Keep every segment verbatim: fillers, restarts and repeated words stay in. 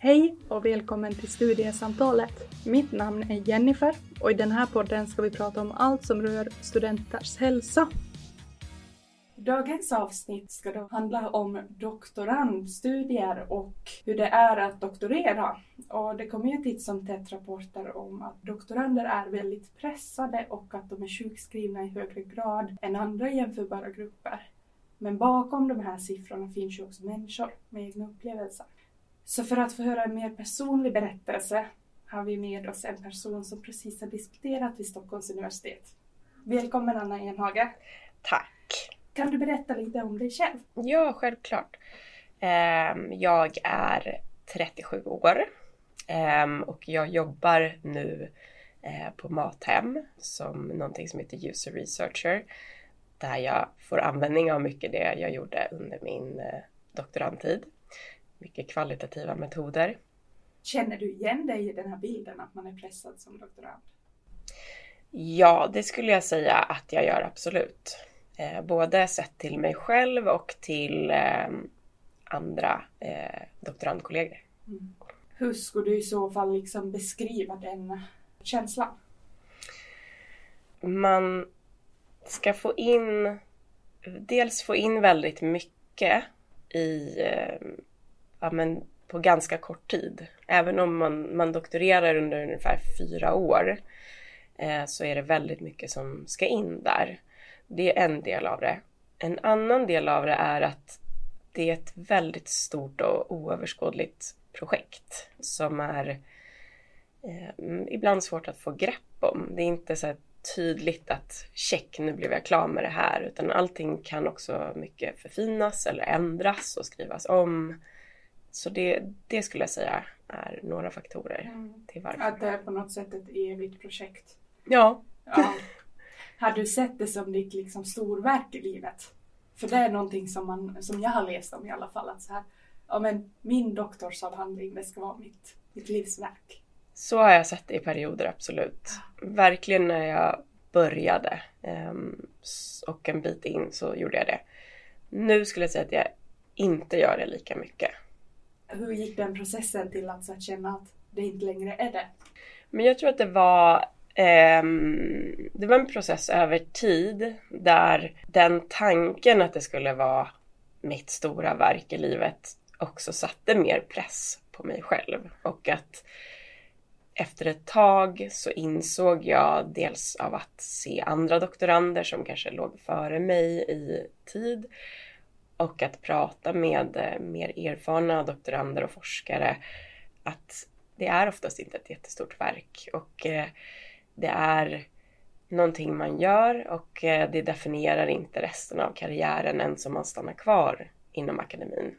Hej och välkommen till studiesamtalet. Mitt namn är Jennifer och i den här podden ska vi prata om allt som rör studenters hälsa. Dagens avsnitt ska då handla om doktorandstudier och hur det är att doktorera. Och det kommer ju titt som tätt rapporter om att doktorander är väldigt pressade och att de är sjukskrivna i högre grad än andra jämförbara grupper. Men bakom de här siffrorna finns ju också människor med egna upplevelser. Så för att få höra en mer personlig berättelse har vi med oss en person som precis har disputerat vid Stockholms universitet. Välkommen Anna Enhage. Tack. Kan du berätta lite om dig själv? Ja, självklart. Jag är trettiosju år och jag jobbar nu på Mathem som någonting som heter user researcher. Där jag får användning av mycket det jag gjorde under min doktorandtid. Mycket kvalitativa metoder. Känner du igen dig i den här bilden att man är pressad som doktorand? Ja, det skulle jag säga att jag gör absolut. Eh, både sett till mig själv och till eh, andra eh, doktorandkollegor. Mm. Hur skulle du i så fall liksom beskriva den känslan? Man ska få in, dels få in väldigt mycket i... Eh, Ja, men på ganska kort tid. Även om man, man doktorerar under ungefär fyra år eh, så är det väldigt mycket som ska in där. Det är en del av det. En annan del av det är att det är ett väldigt stort och oöverskådligt projekt som är eh, ibland svårt att få grepp om. Det är inte så tydligt att check, nu blev jag klar med det här. Utan allting kan också mycket förfinas eller ändras och skrivas om. Så det, det skulle jag säga är några faktorer mm. till varför. Att det är på något sätt ett evigt projekt. Ja. ja. Har du sett det som ditt liksom storverk i livet? För det är någonting som, man, som jag har läst om i alla fall. Att så här, ja, men min doktorsavhandling, det ska vara mitt, mitt livsverk. Så har jag sett det i perioder, absolut. Ja. Verkligen när jag började och en bit in så gjorde jag det. Nu skulle jag säga att jag inte gör det lika mycket. Hur gick den processen till att, så att känna att det inte längre är det? Men jag tror att det var, eh, det var en process över tid där den tanken att det skulle vara mitt stora verk i livet också satte mer press på mig själv. Och att efter ett tag så insåg jag dels av att se andra doktorander som kanske låg före mig i tid. Och att prata med mer erfarna doktorander och forskare att det är oftast inte ett jättestort verk. Och det är någonting man gör och det definierar inte resten av karriären ens om man stannar kvar inom akademin.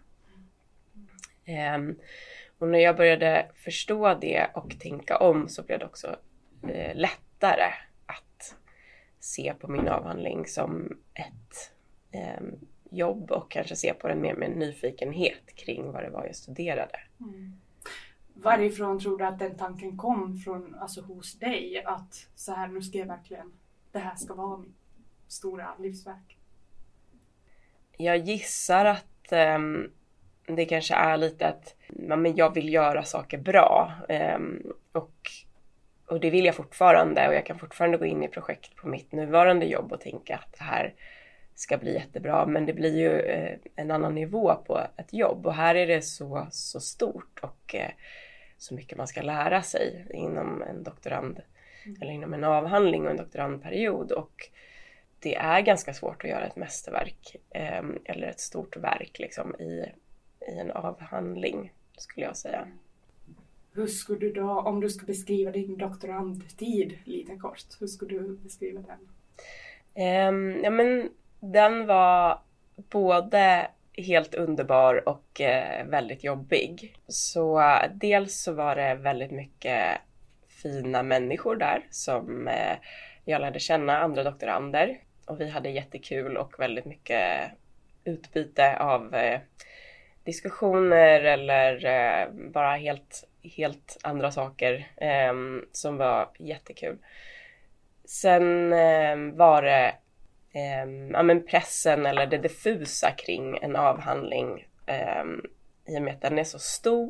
Och när jag började förstå det och tänka om så blev det också lättare att se på min avhandling som ett jobb och kanske se på den mer med nyfikenhet kring vad det var jag studerade. Mm. Varifrån tror du att den tanken kom från, alltså hos dig, att så här, nu ska jag verkligen, det här ska vara mitt stora livsverk? Jag gissar att um, det kanske är lite att men jag vill göra saker bra um, och, och det vill jag fortfarande och jag kan fortfarande gå in i projekt på mitt nuvarande jobb och tänka att det här ska bli jättebra, men det blir ju eh, en annan nivå på ett jobb och här är det så, så stort och eh, så mycket man ska lära sig inom en doktorand mm. eller inom en avhandling och en doktorandperiod och det är ganska svårt att göra ett mästerverk eh, eller ett stort verk liksom i, i en avhandling skulle jag säga. Hur skulle du då, om du skulle beskriva din doktorandtid lite kort, hur skulle du beskriva den? Eh, ja men den var både helt underbar och eh, väldigt jobbig. Så eh, dels så var det väldigt mycket fina människor där som eh, jag lärde känna, andra doktorander. Och vi hade jättekul och väldigt mycket utbyte av eh, diskussioner eller eh, bara helt, helt andra saker eh, som var jättekul. Sen eh, var det eh, ja, men pressen eller det diffusa kring en avhandling eh, i och med att den är så stor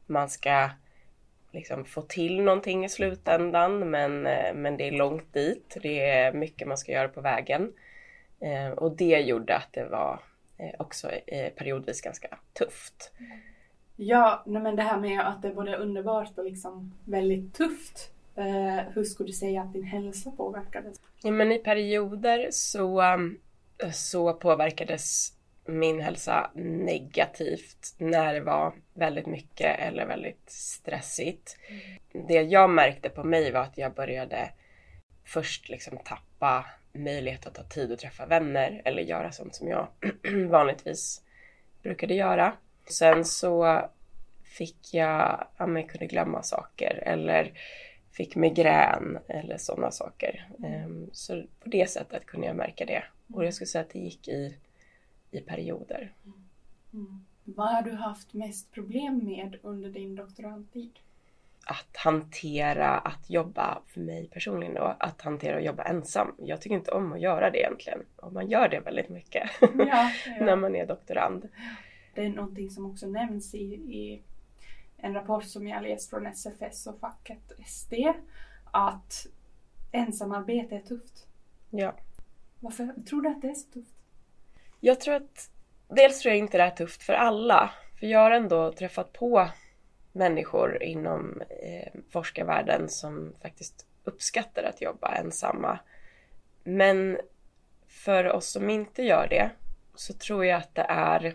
man ska liksom få till någonting i slutändan, men, men det är långt dit. Det är mycket man ska göra på vägen. Och det gjorde att det var också periodvis ganska tufft. Ja, men det här med att det är både underbart och liksom väldigt tufft. Hur skulle du säga att din hälsa påverkades? Ja, men i perioder så, så påverkades min hälsa negativt när det var väldigt mycket eller väldigt stressigt. Mm. Det jag märkte på mig var att jag började först liksom tappa möjlighet att ta tid att träffa vänner eller göra sånt som jag vanligtvis brukade göra. Sen så fick jag, ja, men jag kunde glömma saker eller fick migrän eller sådana saker. Mm. Så på det sättet kunde jag märka det. Och jag skulle säga att det gick i i perioder. Mm. Mm. Vad har du haft mest problem med under din doktorandtid? Att hantera att jobba, för mig personligen då, att hantera och jobba ensam. Jag tycker inte om att göra det egentligen. Och man gör det väldigt mycket ja, ja. när man är doktorand. Det är någonting som också nämns i, i en rapport som jag läst från S F S och facket S D. Att ensamarbete är tufft. Ja. Varför tror du att det är så tufft? Jag tror att, dels tror jag inte det är tufft för alla. För jag har ändå träffat på människor inom eh, forskarvärlden som faktiskt uppskattar att jobba ensamma. Men för oss som inte gör det så tror jag att det är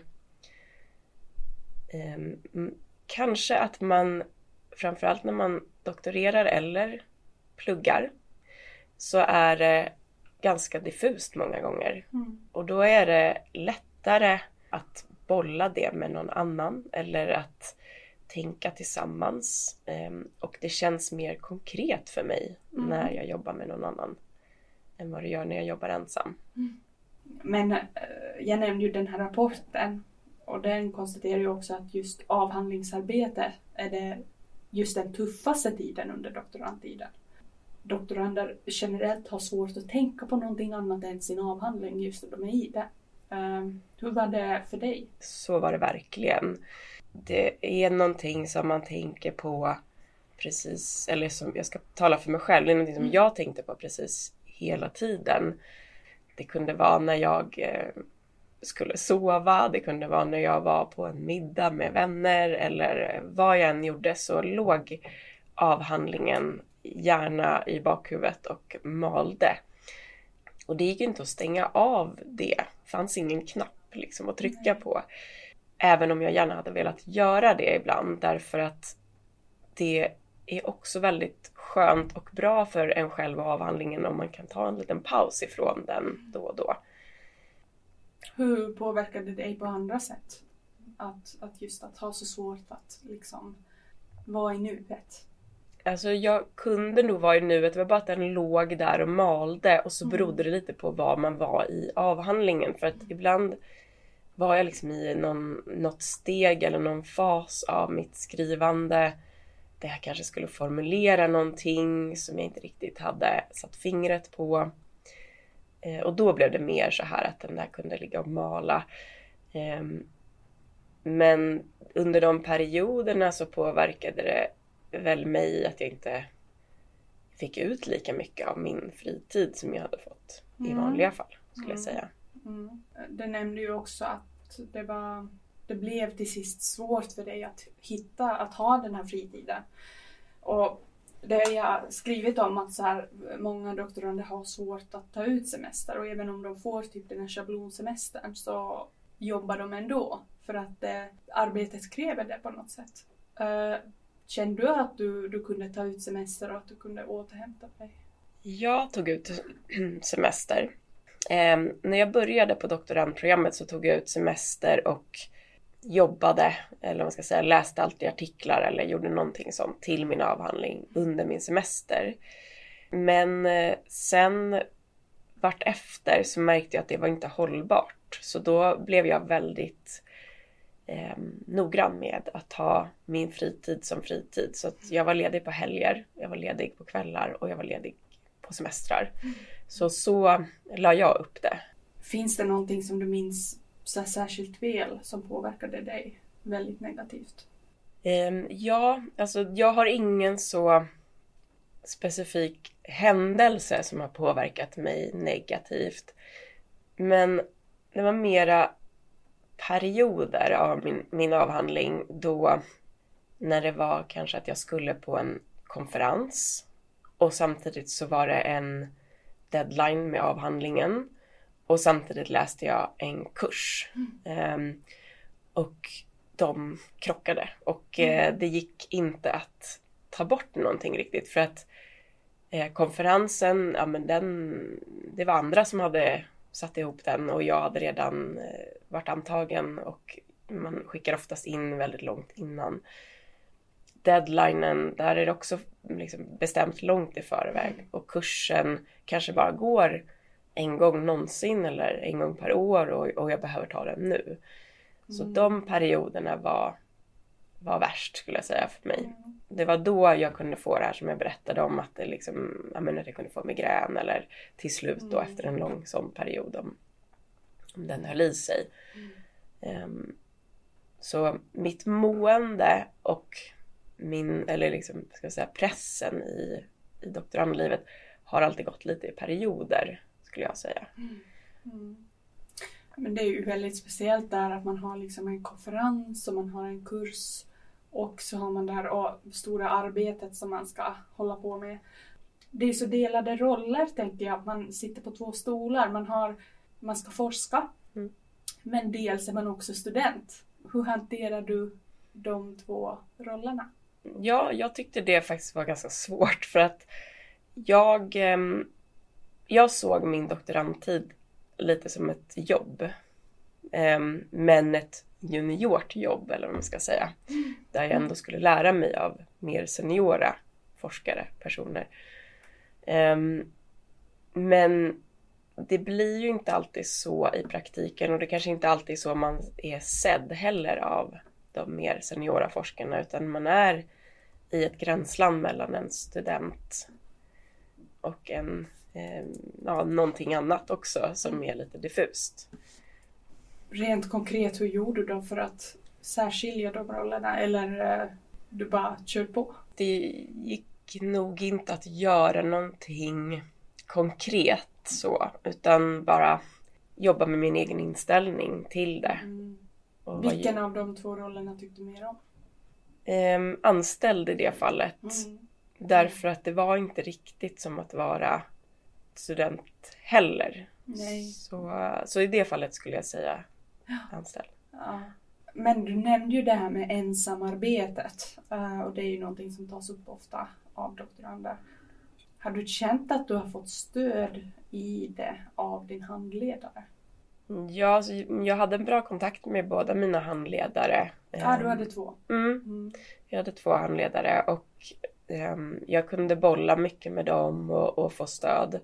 eh, kanske att man, framförallt när man doktorerar eller pluggar, så är det ganska diffust många gånger. Mm. Och då är det lättare att bolla det med någon annan eller att tänka tillsammans. Och det känns mer konkret för mig mm. när jag jobbar med någon annan än vad det gör när jag jobbar ensam. Mm. Men jag nämnde ju den här rapporten och den konstaterar ju också att just avhandlingsarbete är det just den tuffaste tiden under doktorandtiden. Doktorander generellt har svårt att tänka på någonting annat än sin avhandling just när de är i det. Um, hur var det för dig? Så var det verkligen. Det är någonting som man tänker på precis, eller som jag ska tala för mig själv, det är någonting som jag tänkte på precis hela tiden. Det kunde vara när jag eh, skulle sova, det kunde vara när jag var på en middag med vänner eller vad jag än gjorde, så låg avhandlingen gärna i bakhuvudet och malde. Och det gick inte att stänga av det. Det fanns ingen knapp liksom att trycka på. Även om jag gärna hade velat göra det ibland. Därför att det är också väldigt skönt och bra för en själv och avhandlingen om man kan ta en liten paus ifrån den då och då. Hur påverkade det dig på andra sätt? Att, att just att ha så svårt att liksom vara i nuet? Alltså jag kunde nog vara i nuet, det var bara att den låg där och malde och så berodde det lite på vad man var i avhandlingen. För att ibland var jag liksom i någon, något steg eller någon fas av mitt skrivande där jag kanske skulle formulera någonting som jag inte riktigt hade satt fingret på. Eh, och då blev det mer så här att den där kunde ligga och mala. Eh, men under de perioderna så påverkade det väl mig att jag inte fick ut lika mycket av min fritid som jag hade fått mm. i vanliga fall, skulle mm. jag säga. Mm. Det nämnde ju också att det, var, det blev till sist svårt för dig att hitta, att ha den här fritiden. Och det har jag skrivit om att så här, många doktorander har svårt att ta ut semester, och även om de får typ den här schablonsemestern så jobbar de ändå för att eh, arbetet kräver det på något sätt. Uh, Kände du att du, du kunde ta ut semester och att du kunde återhämta dig? Jag tog ut semester. Eh, när jag började på doktorandprogrammet så tog jag ut semester och jobbade, eller vad man ska säga, läste alltid artiklar eller gjorde någonting sånt till min avhandling under min semester. Men eh, sen vart efter så märkte jag att det var inte hållbart. Så då blev jag väldigt Eh, noggrann med att ha min fritid som fritid. Så att jag var ledig på helger, jag var ledig på kvällar och jag var ledig på semestrar. Mm. Så så la jag upp det. Finns det någonting som du minns så särskilt väl som påverkade dig väldigt negativt? Um, ja, alltså jag har ingen så specifik händelse som har påverkat mig negativt. Men det var mera perioder av min, min avhandling då när det var kanske att jag skulle på en konferens och samtidigt så var det en deadline med avhandlingen och samtidigt läste jag en kurs. Mm. Um, och de krockade och mm. uh, det gick inte att ta bort någonting riktigt för att uh, konferensen, ja men den, det var andra som hade satt ihop den och jag hade redan uh, varit antagen och man skickar oftast in väldigt långt innan. Deadlinen, där är det också liksom bestämt långt i förväg mm. och kursen kanske bara går en gång någonsin eller en gång per år och, och jag behöver ta den nu. Mm. Så de perioderna var, var värst skulle jag säga för mig. Mm. Det var då jag kunde få det här som jag berättade om att det liksom, jag menar, att jag kunde få migrän eller till slut då mm. efter en lång sån period om, om den höll i sig. Mm. Um, så mitt mående och min, eller liksom, ska jag säga, pressen i, i doktorandlivet har alltid gått lite i perioder skulle jag säga. Mm. Mm. Men det är ju väldigt speciellt där att man har liksom en konferens och man har en kurs och så har man det här och, stora arbetet som man ska hålla på med. Det är så delade roller tänker jag. Man sitter på två stolar. Man, har, man ska forska mm. men dels är man också student. Hur hanterar du de två rollerna? Ja, jag tyckte det faktiskt var ganska svårt för att jag, jag såg min doktorandtid lite som ett jobb. Men ett juniort jobb, eller vad man ska säga. Där jag ändå skulle lära mig av mer seniora forskare, personer. Men det blir ju inte alltid så i praktiken och det kanske inte alltid är så man är sedd heller av de mer seniora forskarna, utan man är i ett gränsland mellan en student och en, eh, ja, någonting annat också som är lite diffust. Rent konkret, hur gjorde du då för att särskilja de rollerna eller eh, du bara kör på? Det gick nog inte att göra någonting konkret så, utan bara jobba med min egen inställning till det. Mm. Vilken av de två rollerna tyckte du mer om? Eh, anställd i det fallet. Mm. Därför att det var inte riktigt som att vara student heller. Nej. Så, så i det fallet skulle jag säga anställd. Ja. Men du nämnde ju det här med ensamarbetet. Och det är ju någonting som tas upp ofta av doktorander. Har du känt att du har fått stöd i det av din handledare? Ja, alltså, jag hade en bra kontakt med båda mina handledare. Ja, du hade två. Mm. Mm. Jag hade två handledare och um, jag kunde bolla mycket med dem och, och få stöd.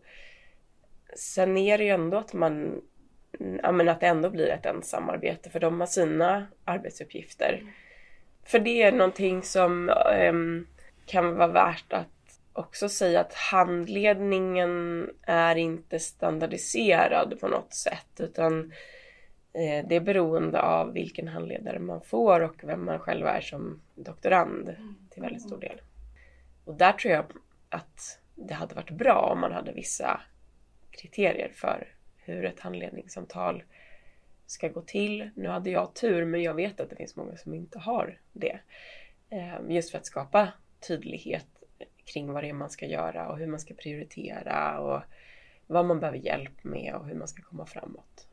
Sen är det ju ändå att man, ja, men att det ändå blir ett ensamarbete för de har sina arbetsuppgifter. Mm. För det är någonting som um, kan vara värt att också säga att handledningen är inte standardiserad på något sätt, utan eh, det är beroende av vilken handledare man får och vem man själv är som doktorand till väldigt stor del. Och där tror jag att det hade varit bra om man hade vissa kriterier för hur ett handledningssamtal ska gå till. Nu hade jag tur, men jag vet att det finns många som inte har det. Eh, just för att skapa tydlighet kring vad det är man ska göra och hur man ska prioritera och vad man behöver hjälp med och hur man ska komma framåt.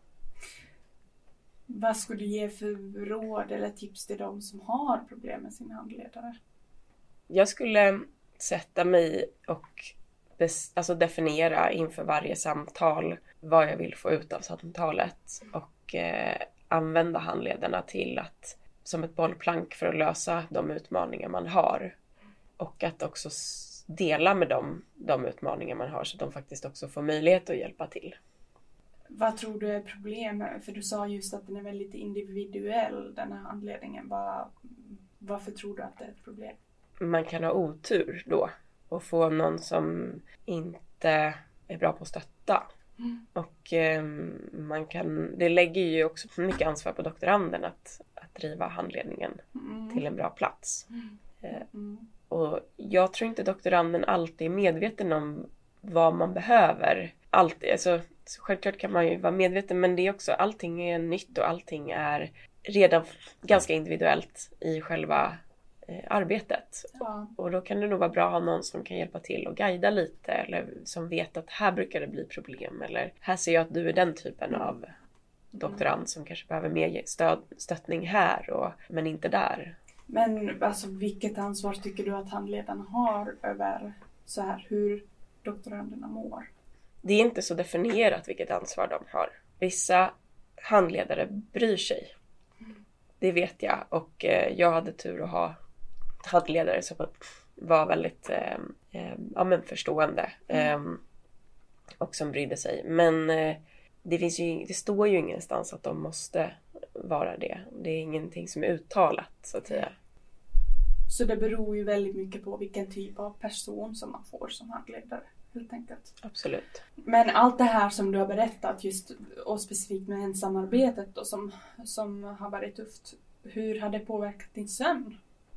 Vad skulle du ge för råd eller tips till de som har problem med sin handledare? Jag skulle sätta mig och bes- alltså definiera inför varje samtal vad jag vill få ut av samtalet och eh, använda handledarna till att som ett bollplank för att lösa de utmaningar man har. Och att också dela med dem de utmaningar man har så att de faktiskt också får möjlighet att hjälpa till. Vad tror du är problemet? För du sa just att den är väldigt individuell, den här handledningen. Var, varför tror du att det är ett problem? Man kan ha otur då och få någon som inte är bra på att stötta. Mm. Och eh, man kan, det lägger ju också mycket ansvar på doktoranden att, att driva handledningen Mm. till en bra plats. Mm. Eh, Mm. och jag tror inte doktoranden alltid är medveten om vad man behöver. Alltid, alltså, så självklart kan man ju vara medveten, men det är också, allting är nytt och allting är redan ganska individuellt i själva eh, arbetet. Ja. Och då kan det nog vara bra att ha någon som kan hjälpa till och guida lite, eller som vet att här brukar det bli problem, eller här ser jag att du är den typen av doktorand som kanske behöver mer stöd, stöttning här och, men inte där. Men alltså, vilket ansvar tycker du att handledarna har över så här, hur doktoranderna mår? Det är inte så definierat vilket ansvar de har. Vissa handledare bryr sig. Det vet jag. Och eh, jag hade tur att ha handledare som var väldigt eh, eh, ja, men förstående. Eh, och som brydde sig. Men eh, det, finns ju, det står ju ingenstans att de måste vara det. Det är ingenting som är uttalat, så att säga. Så det beror ju väldigt mycket på vilken typ av person som man får som handledare, helt enkelt. Absolut. Men allt det här som du har berättat, just och specifikt med ensamarbetet då, som, som har varit tufft, hur har det påverkat din sömn?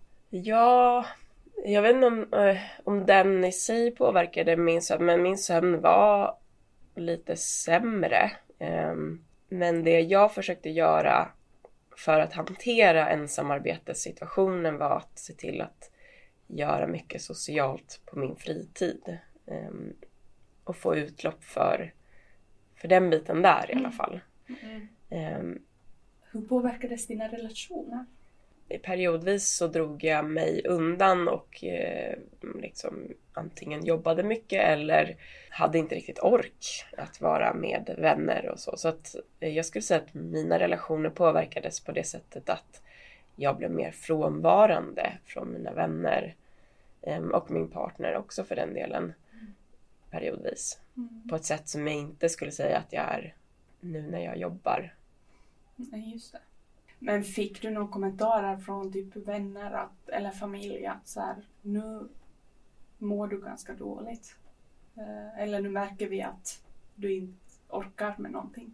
Ja, jag vet inte om, eh, om den i sig påverkade min sömn, men min sömn var lite sämre. Eh, men det jag försökte göra för att hantera ensamarbetessituationen var att se till att göra mycket socialt på min fritid. Eh, och få utlopp för, för den biten där i alla fall. Mm. Eh, Hur påverkades dina relationer? Periodvis så drog jag mig undan och eh, liksom antingen jobbade mycket eller hade inte riktigt ork att vara med vänner och så. Så att eh, jag skulle säga att mina relationer påverkades på det sättet att jag blev mer frånvarande från mina vänner eh, och min partner också för den delen periodvis. Mm. På ett sätt som jag inte skulle säga att jag är nu när jag jobbar. Nej, just det. Men fick du några kommentarer från typ vänner att, eller familj att så här, nu mår du ganska dåligt? Eh, eller nu märker vi att du inte orkar med någonting?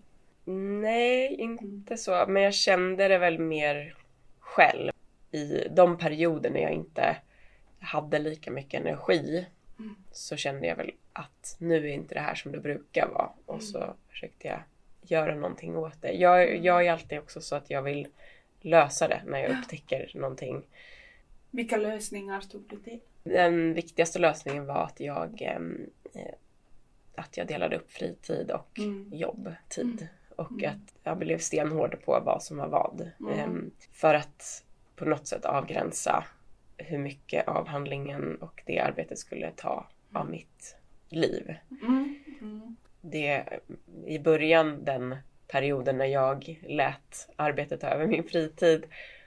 Nej, inte så. Men jag kände det väl mer själv i de perioder när jag inte hade lika mycket energi. Mm. Så kände jag väl att nu är inte det här som det brukar vara. Och Mm. så försökte jag göra någonting åt det. Jag, jag är alltid också så att jag vill lösa det när jag upptäcker någonting. Vilka lösningar tog du till? Den viktigaste lösningen var att jag, eh, att jag delade upp fritid och Mm. jobbtid. Mm. Och Mm. att jag blev stenhård på vad som var vad. Mm. Eh, för att på något sätt avgränsa hur mycket av handlingen och det arbetet skulle ta av mitt liv. Mm. Mm. Det, i början, den perioden när jag lät arbetet ta över min fritid,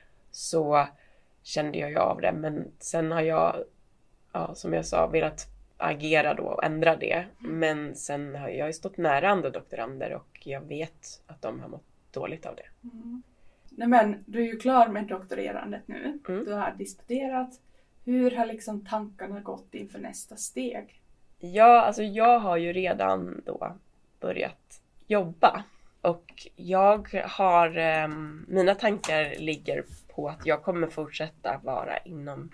så kände jag ju av det. Men sen har jag, ja, som jag sa, velat agera då och ändra det. Men sen har jag ju stått nära andra doktorander och jag vet att de har mått dåligt av det. Mm. Nej, men du är ju klar med doktorerandet nu. Mm. Du har disputerat. Hur har liksom tankarna gått inför nästa steg? Ja, alltså jag har ju redan då börjat jobba. Och jag har, eh, mina tankar ligger på att jag kommer fortsätta vara inom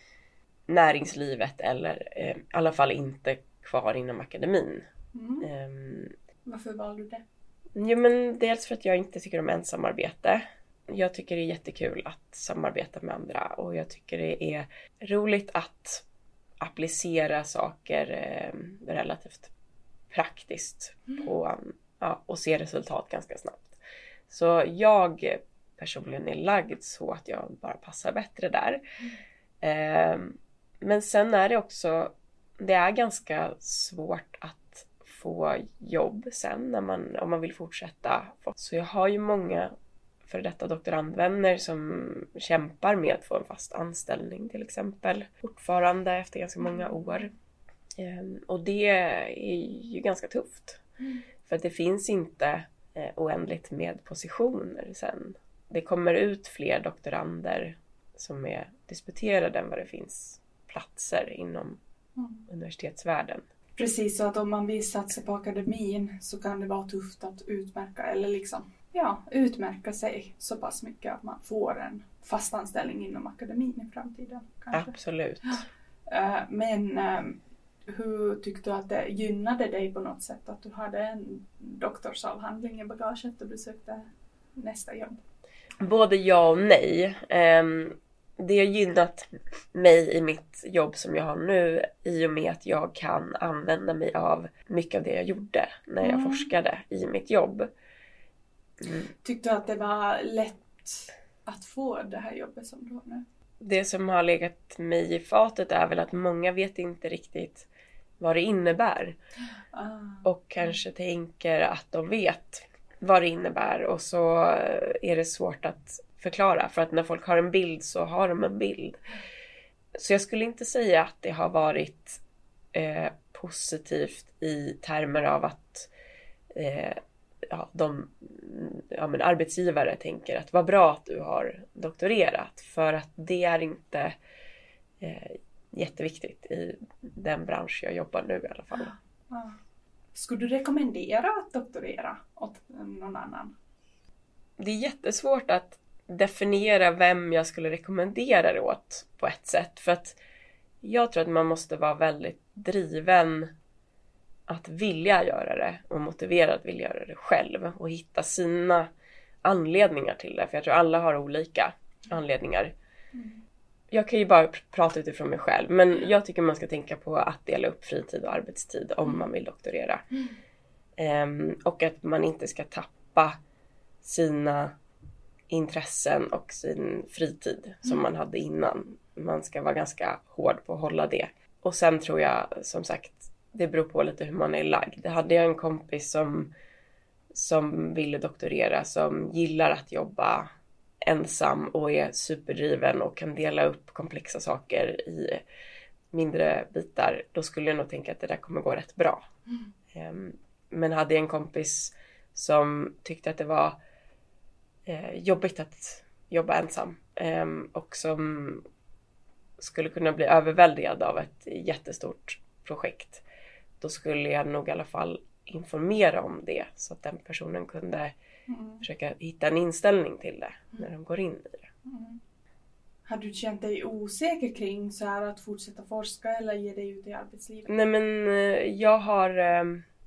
näringslivet eller eh, i alla fall inte kvar inom akademin. Mm. Eh, Varför valde du det? jo, men dels för att jag inte tycker om ensamarbete. Jag tycker det är jättekul att samarbeta med andra och jag tycker det är roligt att applicera saker eh, relativt praktiskt på, ja, och se resultat ganska snabbt. Så jag personligen är lagd så att jag bara passar bättre där. Eh, men sen är det också, det är ganska svårt att få jobb sen när man, om man vill fortsätta. Så jag har ju många för detta doktorandvänner som kämpar med att få en fast anställning till exempel. Fortfarande efter ganska många år. Och det är ju ganska tufft. Mm. För att det finns inte oändligt med positioner sen. Det kommer ut fler doktorander som är disputerade än vad det finns platser inom Mm. universitetsvärlden. Precis, så att om man vill satsa på akademin så kan det vara tufft att utmärka eller liksom, ja, utmärka sig så pass mycket att man får en fast anställning inom akademin i framtiden. Kanske. Absolut. Men hur tyckte du att det gynnade dig på något sätt att du hade en doktorsavhandling i bagaget och du sökte nästa jobb? Både ja och nej. Det har gynnat mig i mitt jobb som jag har nu i och med att jag kan använda mig av mycket av det jag gjorde när jag mm. forskade i mitt jobb. Mm. Tyckte du att det var lätt att få det här jobbet som du har nu? Det som har legat mig i fatet är väl att många vet inte riktigt vad det innebär. Ah. Och kanske tänker att de vet vad det innebär och så är det svårt att förklara. För att när folk har en bild så har de en bild. Så jag skulle inte säga att det har varit eh, positivt i termer av att eh, ja, de ja, men arbetsgivare tänker att vad bra att du har doktorerat. För att det är inte eh, jätteviktigt i den bransch jag jobbar nu i alla fall. Ja. Skulle du rekommendera att doktorera åt någon annan? Det är jättesvårt att definiera vem jag skulle rekommendera det åt på ett sätt. För att jag tror att man måste vara väldigt driven att vilja göra det och motiverad att vilja göra det själv och hitta sina anledningar till det. För jag tror alla har olika anledningar. Mm. Jag kan ju bara prata utifrån mig själv, men jag tycker man ska tänka på att dela upp fritid och arbetstid om man vill doktorera. Mm. Um, och att man inte ska tappa sina intressen och sin fritid som mm. man hade innan. Man ska vara ganska hård på att hålla det. Och sen tror jag, som sagt, det beror på lite hur man är lagd. Det hade jag en kompis som, som ville doktorera, som gillar att jobba ensam och är superdriven och kan dela upp komplexa saker i mindre bitar. Då skulle jag nog tänka att det där kommer gå rätt bra. Mm. Men hade jag en kompis som tyckte att det var eh, jobbigt att jobba ensam eh, och som skulle kunna bli överväldigad av ett jättestort projekt, då skulle jag nog i alla fall informera om det så att den personen kunde mm. försöka hitta en inställning till det mm. när de går in i det. Mm. Har du känt dig osäker kring så här att fortsätta forska eller ge dig ut i arbetslivet? Nej, men jag har eh,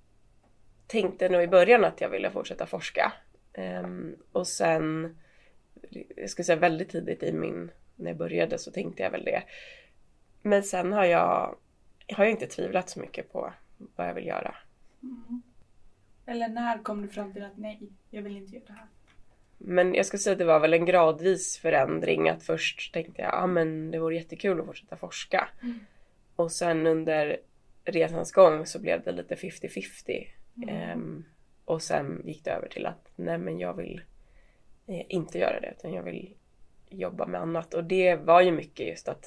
tänkt nog i början att jag ville fortsätta forska. Eh, och sen, jag skulle säga väldigt tidigt i min, när jag började så tänkte jag väl det. Men sen har jag, har jag inte tvivlat så mycket på vad jag vill göra. Mm. Eller när kom du fram till att nej, jag vill inte göra det här? Men jag skulle säga att det var väl en gradvis förändring. Att först tänkte jag, ja ah, men det vore jättekul att fortsätta forska. Mm. Och sen under resans gång så blev det lite femtio femtio. Mm. Ehm, och sen gick det över till att nej men jag vill eh, inte göra det. Utan jag vill jobba med annat. Och det var ju mycket just att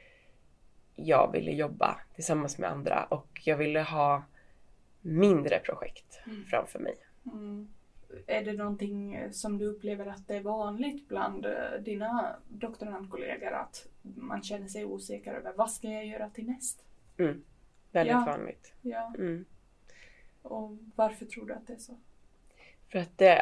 jag ville jobba tillsammans med andra. Och jag ville ha mindre projekt mm. framför mig. Mm. Är det någonting som du upplever att det är vanligt bland dina doktorandkollegor att man känner sig osäker över vad ska jag göra till näst? Mm. Väldigt ja. vanligt. Ja. Mm. Och varför tror du att det är så? För att det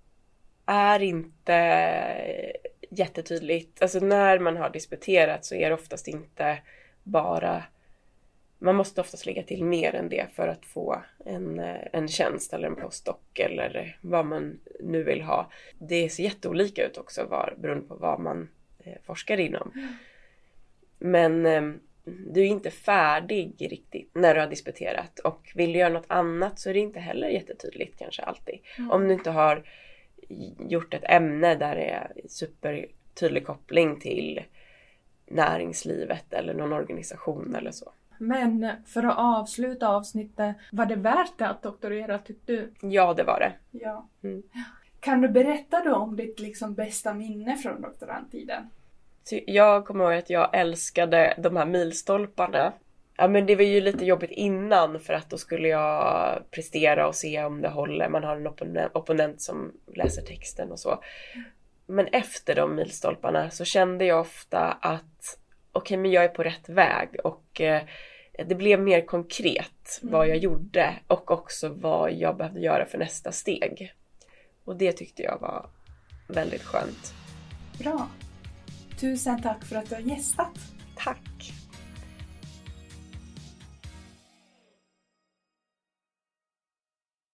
är inte jättetydligt. Alltså när man har disputerat så är det oftast inte bara... Man måste oftast lägga till mer än det för att få en, en tjänst eller en postdoc eller vad man nu vill ha. Det ser jätteolika ut också var, beroende på vad man eh, forskar inom. Mm. Men eh, du är inte färdig riktigt när du har disputerat. Och vill du göra något annat så är det inte heller jättetydligt kanske alltid. Mm. Om du inte har gjort ett ämne där det är supertydlig koppling till näringslivet eller någon organisation eller så. Men för att avsluta avsnittet, var det värt det att doktorera tyckte du? Ja, det var det. Ja. Mm. Kan du berätta då om ditt liksom bästa minne från doktorandtiden? Jag kommer ihåg att jag älskade de här milstolparna. Ja, men det var ju lite jobbigt innan för att då skulle jag prestera och se om det håller. Man har en opponent, opponent som läser texten och så. Men efter de milstolparna så kände jag ofta att okej, men jag är på rätt väg och eh, det blev mer konkret Mm. vad jag gjorde och också vad jag behövde göra för nästa steg. Och det tyckte jag var väldigt skönt. Bra. Tusen tack för att du har gästat. Tack!